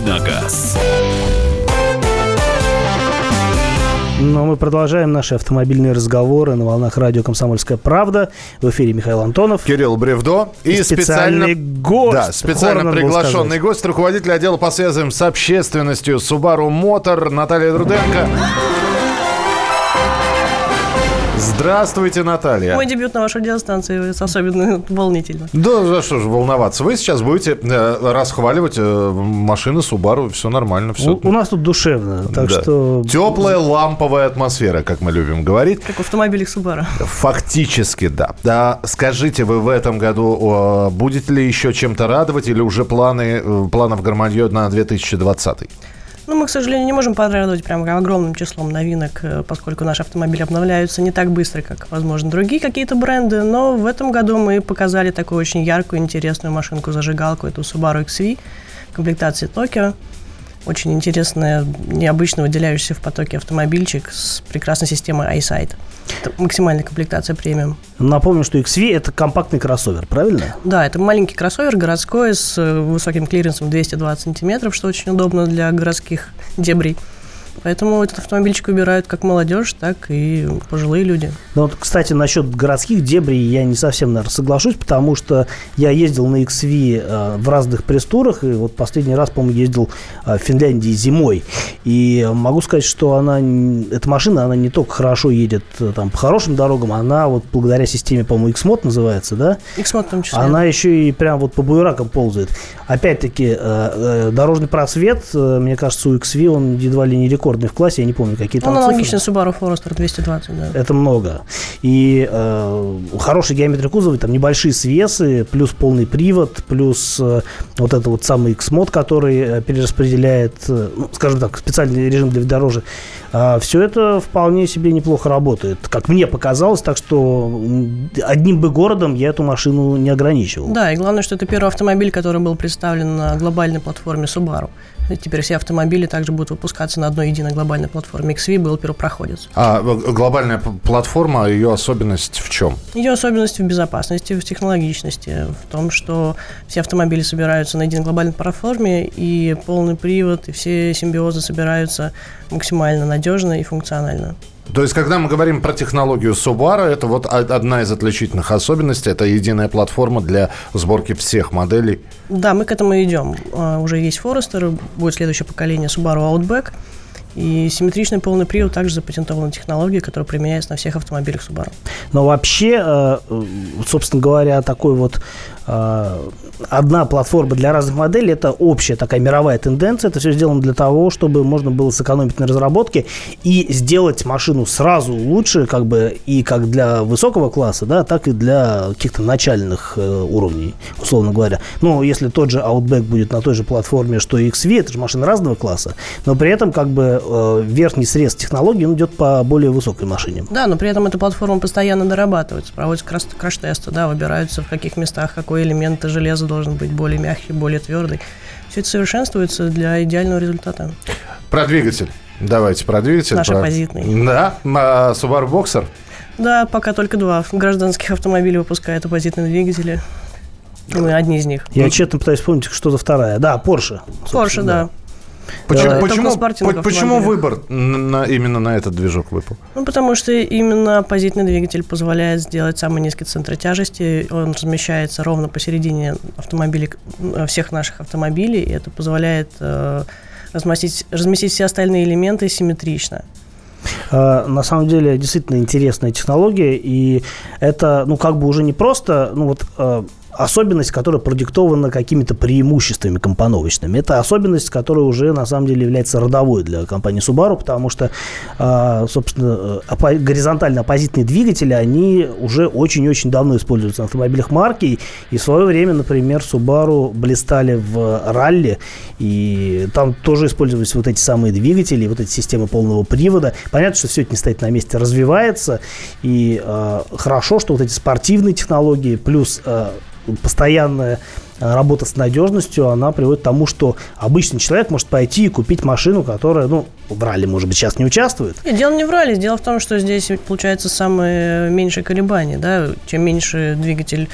на газ». Но мы продолжаем наши автомобильные разговоры на волнах радио «Комсомольская правда». В эфире Михаил Антонов. Кирилл Бревдо. И специальный гость. Да, специально приглашенный гость, руководитель отдела по связям с общественностью Subaru Motor Наталья Руденко. Здравствуйте, Наталья. Мой дебют на вашей радиостанции особенно волнительно. Да, за что же волноваться. Вы сейчас будете расхваливать машины Subaru. Все нормально. Все. У нас тут душевно. Так да. что... Теплая ламповая атмосфера, как мы любим говорить. Как в автомобилях Subaru. Фактически, да. Скажите, вы в этом году будете ли еще чем-то радовать или уже планов громадье на 2020? Ну, мы, к сожалению, не можем порадовать прям огромным числом новинок, поскольку наши автомобили обновляются не так быстро, как, возможно, другие какие-то бренды. Но в этом году мы показали такую очень яркую, интересную машинку-зажигалку. Это Subaru XV в комплектации Tokyo. Очень интересная, необычно выделяющаяся в потоке автомобильчик с прекрасной системой iSight. Это максимальная комплектация премиум. Напомню, что XV – это компактный кроссовер, правильно? Да, это маленький кроссовер городской с высоким клиренсом 220 сантиметров, что очень удобно для городских дебрей. Поэтому этот автомобильчик выбирают как молодежь, так и пожилые люди. Ну, вот, кстати, насчет городских дебрей я не совсем, наверное, соглашусь, потому что я ездил на XV в разных пресс-турах, и вот последний раз, по-моему, ездил в Финляндии зимой. И могу сказать, что эта машина, она не только хорошо едет там, по хорошим дорогам, она вот благодаря системе, по-моему, X-Mod называется, да? X-Mod в том числе. Она еще и прям вот по буеракам ползает. Опять-таки, дорожный просвет, мне кажется, у XV он едва ли не рекордный в классе, я не помню, какие там цифры. Аналогично Subaru Forester 220, да. Это много. И хорошая геометрия кузова, там небольшие свесы, плюс полный привод, плюс вот это вот самый X-Mod, который перераспределяет, скажем так, специальный режим для внедорожья. Все это вполне себе неплохо работает, как мне показалось, так что одним бы городом я эту машину не ограничивал. Да, и главное, что это первый автомобиль, который был представлен на глобальной платформе Subaru. И теперь все автомобили также будут выпускаться на одной единой глобальной платформе. XV был первопроходец. А глобальная платформа, ее особенность в чем? Ее особенность в безопасности, в технологичности, в том, что все автомобили собираются на единой глобальной платформе, и полный привод, и все симбиозы собираются максимально надежно и функционально. То есть, когда мы говорим про технологию Subaru, это вот одна из отличительных особенностей, это единая платформа для сборки всех моделей. Да, мы к этому идем. Уже есть Forester, будет следующее поколение Subaru Outback, и симметричный полный привод также запатентована технология, которая применяется на всех автомобилях Subaru. Но вообще, собственно говоря, такой вот одна платформа для разных моделей – это общая такая мировая тенденция. Это все сделано для того, чтобы можно было сэкономить на разработке и сделать машину сразу лучше, как бы и как для высокого класса, да, так и для каких-то начальных уровней, условно говоря. Ну, если тот же Outback будет на той же платформе, что и XV, это же машина разного класса, но при этом как бы верхний срез технологий он идет по более высокой машине. Да, но при этом эта платформа постоянно дорабатывается, проводятся краш-тесты, да, выбираются в каких местах какой элемент железа должен быть более мягкий, более твердый. Все это совершенствуется для идеального результата. Про двигатель. Давайте про двигатель. Наш оппозитный. Да, Subaru Boxer. Да, пока только 2 гражданских автомобиля выпускают оппозитные двигатели. Мы одни из них. Я тщетно пытаюсь вспомнить, что за вторая. Да, Porsche. Porsche, да. Почему выбор именно на этот движок выпал? Ну, потому что именно оппозитный двигатель позволяет сделать самый низкий центр тяжести. Он размещается ровно посередине автомобилей, всех наших автомобилей, и это позволяет разместить все остальные элементы симметрично. На самом деле, действительно интересная технология, и это, ну, как бы уже не просто, ну, вот... особенность, которая продиктована какими-то преимуществами компоновочными. Это особенность, которая уже на самом деле является родовой для компании Subaru, потому что, собственно, горизонтально оппозитные двигатели, они уже очень-очень давно используются на автомобилях марки, и в свое время, например, Subaru блистали в ралли, и там тоже использовались вот эти самые двигатели, вот эти системы полного привода. Понятно, что все это не стоит на месте, развивается, и хорошо, что вот эти спортивные технологии плюс постоянная работа с надежностью, она приводит к тому, что обычный человек может пойти и купить машину, которая, ну, в ралли, может быть, сейчас не участвует. Нет, дело не в ралли, дело в том, что здесь получается самое меньшее колебание, да, чем меньше двигатель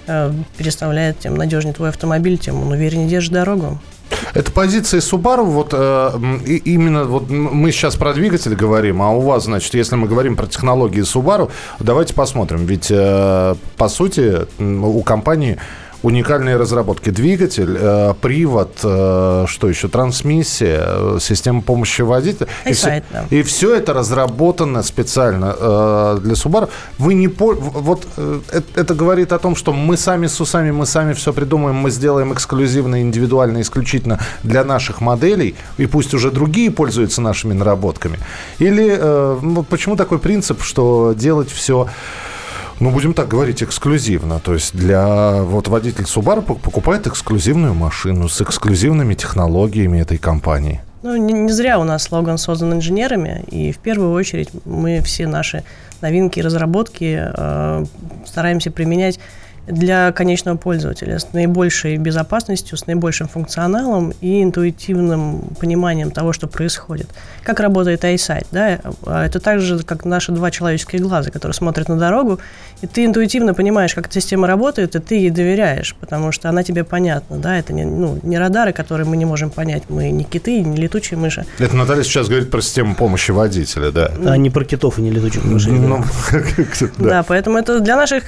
переставляет, тем надежнее твой автомобиль, тем он увереннее держит дорогу. Это позиция Subaru, вот именно вот мы сейчас про двигатель говорим, а у вас, значит, если мы говорим про технологии Subaru, давайте посмотрим, ведь по сути у компании уникальные разработки. Двигатель, привод, что еще, трансмиссия, система помощи водителю. И все это разработано специально для Subaru. Вы не вот это говорит о том, что мы сами с усами, мы сами все придумаем, мы сделаем эксклюзивно, индивидуально, исключительно для наших моделей, и пусть уже другие пользуются нашими наработками. Или почему такой принцип, что делать все... Ну, будем так говорить, эксклюзивно. То есть вот водитель Subaru покупает эксклюзивную машину с эксклюзивными технологиями этой компании. Ну, не зря у нас слоган создан инженерами, и в первую очередь мы все наши новинки и разработки стараемся применять для конечного пользователя с наибольшей безопасностью, с наибольшим функционалом и интуитивным пониманием того, что происходит. Как работает iSight, да? Это так же, как наши два человеческих глаза, которые смотрят на дорогу, и ты интуитивно понимаешь, как эта система работает, и ты ей доверяешь, потому что она тебе понятна, да? Это не радары, которые мы не можем понять, мы не киты, не летучие мыши. Это Наталья сейчас говорит про систему помощи водителя, да? А не про китов и не летучих мышей. Да, поэтому это для наших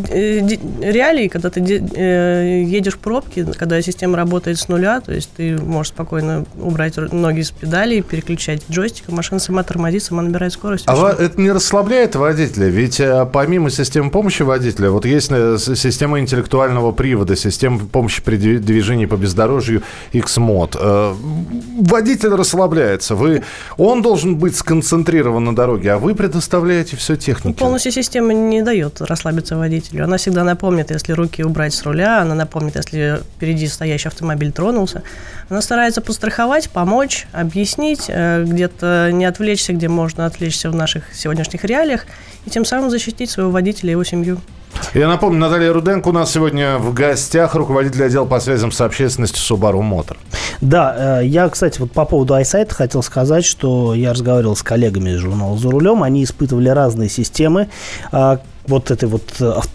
реалий, когда ты едешь в пробке, когда система работает с нуля, то есть ты можешь спокойно убрать ноги с педалей, переключать джойстик, машина сама тормозит, сама набирает скорость. А это не расслабляет водителя? Ведь помимо системы помощи водителя, вот есть система интеллектуального привода, система помощи при движении по бездорожью X-Mod. Водитель расслабляется. Он должен быть сконцентрирован на дороге, а вы предоставляете все технике. Полностью система не дает расслабиться водителю. Она всегда напомнит, если руки убрать с руля, она напомнит, если впереди стоящий автомобиль тронулся. Она старается подстраховать, помочь, объяснить, где-то не отвлечься, где можно отвлечься в наших сегодняшних реалиях, и тем самым защитить своего водителя и его семью. Я напомню, Наталья Руденко у нас сегодня в гостях, руководитель отдела по связям с общественностью Subaru Motor. Да, я, кстати, вот по поводу iSight хотел сказать, что я разговаривал с коллегами из журнала «За рулем», они испытывали разные системы, вот этой вот,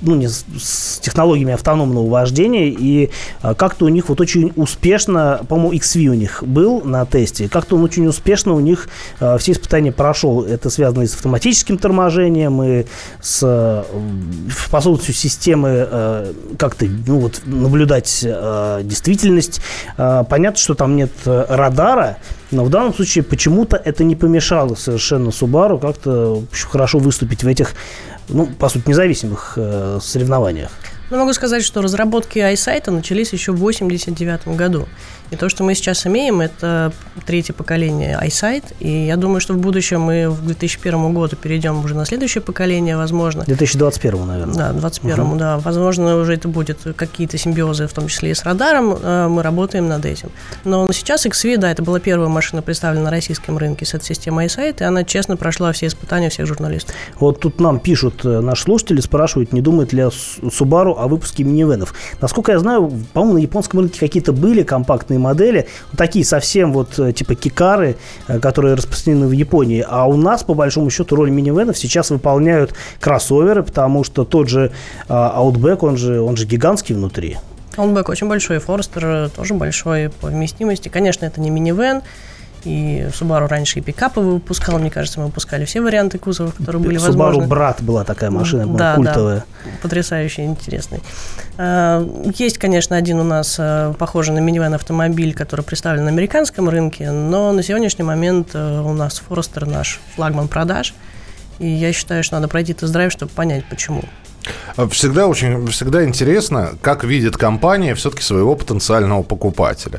с технологиями автономного вождения, и как-то у них вот очень успешно, по-моему, XV у них был на тесте, как-то он очень успешно у них все испытания прошел. Это связано и с автоматическим торможением, и с способностью системы как-то, наблюдать действительность. Понятно, что там нет радара, но в данном случае почему-то это не помешало совершенно Subaru как-то хорошо выступить в этих, по сути, независимых соревнованиях. Могу сказать, что разработки iSight начались еще в 1989 году. И то, что мы сейчас имеем, это третье поколение iSight. И я думаю, что в будущем мы в 2001 году перейдем уже на следующее поколение, возможно. 2021, наверное. Да, 2021, да. Возможно, уже это будет какие-то симбиозы, в том числе и с радаром. Мы работаем над этим. Но сейчас XV, да, это была первая машина, представлена на российском рынке с этой системой iSight, и она честно прошла все испытания всех журналистов. Вот тут нам пишут наши слушатели, спрашивают, не думает ли Subaru о выпуске минивенов. Насколько я знаю, по-моему, на японском рынке какие-то были компактные модели, такие совсем типа кикары, которые распространены в Японии. А у нас, по большому счету, роль минивенов сейчас выполняют кроссоверы, потому что тот же Outback, он же гигантский внутри. Outback очень большой, Forester тоже большой по вместимости. Конечно, это не минивэн. И Subaru раньше и пикапы выпускал. Мне кажется, мы выпускали все варианты кузовов, которые были возможны. Subaru Брат была такая машина, была культовая. Да, потрясающая, интересная. Есть, конечно, один у нас похожий на минивэн автомобиль, который представлен на американском рынке, но на сегодняшний момент у нас Forester наш флагман продаж. И я считаю, что надо пройти тест-драйв, чтобы понять, почему. Всегда интересно, как видит компания все-таки своего потенциального покупателя.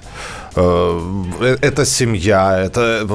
Это семья, это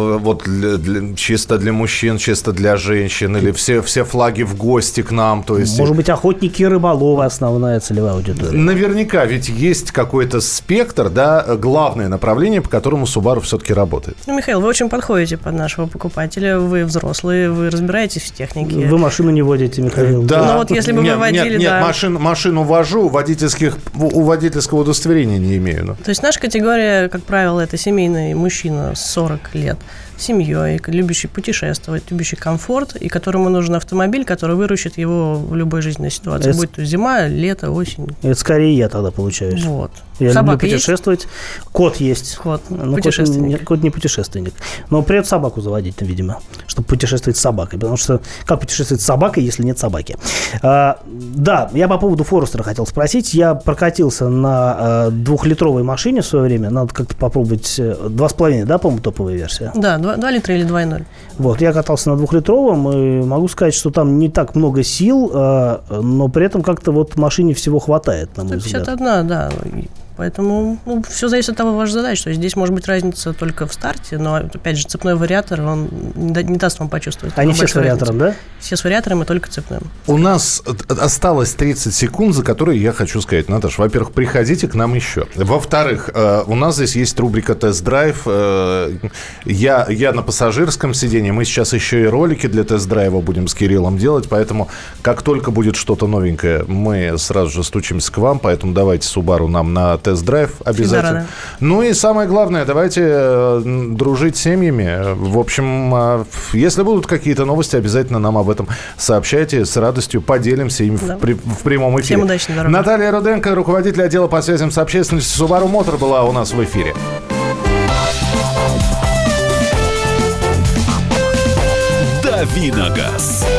чисто для мужчин, чисто для женщин, или все флаги в гости к нам. То есть... Может быть, охотники и рыболовы основная целевая аудитория. Наверняка, ведь есть какой-то спектр, да, главное направление, по которому Subaru все-таки работает. Михаил, вы очень подходите под нашего покупателя, вы взрослые, вы разбираетесь в технике. Вы машину не водите, Михаил. Да. Ну вот если бы вы водили, машину вожу, у водительского удостоверения не имею. То есть наша категория, как правило, это семейный мужчина 40 лет, с семьей, любящий путешествовать, любящий комфорт, и которому нужен автомобиль, который выручит его в любой жизненной ситуации, будь то зима, лето, осень. Это скорее я тогда получаюсь. Вот. Я Собака люблю путешествовать. Есть? Кот есть. Кот, путешественник. Кот не путешественник. Но придется собаку заводить, видимо, чтобы путешествовать с собакой. Потому что как путешествовать с собакой, если нет собаки? Да, я по поводу Форестера хотел спросить. Я прокатился на 2-литровой машине в свое время. Надо как-то попробовать. 2,5, да, по-моему, топовая версия? Да, 2 литра или 2,0. Вот, я катался на 2-литровом, и могу сказать, что там не так много сил, но при этом как-то вот машине всего хватает, на мой взгляд. 151, да. Поэтому все зависит от того, ваша задача. То есть здесь может быть разница только в старте, но, опять же, цепной вариатор, он не даст вам почувствовать. Они все с вариатором, да? Все с вариатором и только цепным. У нас осталось 30 секунд, за которые я хочу сказать, Наташа, во-первых, приходите к нам еще. Во-вторых, у нас здесь есть рубрика «Тест-драйв». Я на пассажирском сидении. Мы сейчас еще и ролики для тест-драйва будем с Кириллом делать, поэтому как только будет что-то новенькое, мы сразу же стучимся к вам, поэтому давайте Subaru нам на тест-драйв обязательно. Ну и самое главное, давайте дружить с семьями. В общем, если будут какие-то новости, обязательно нам об этом сообщайте. С радостью поделимся им в прямом эфире. Всем удачной дороги. Наталья Руденко, руководитель отдела по связям с общественностью Subaru Motor, была у нас в эфире. Давиногаз.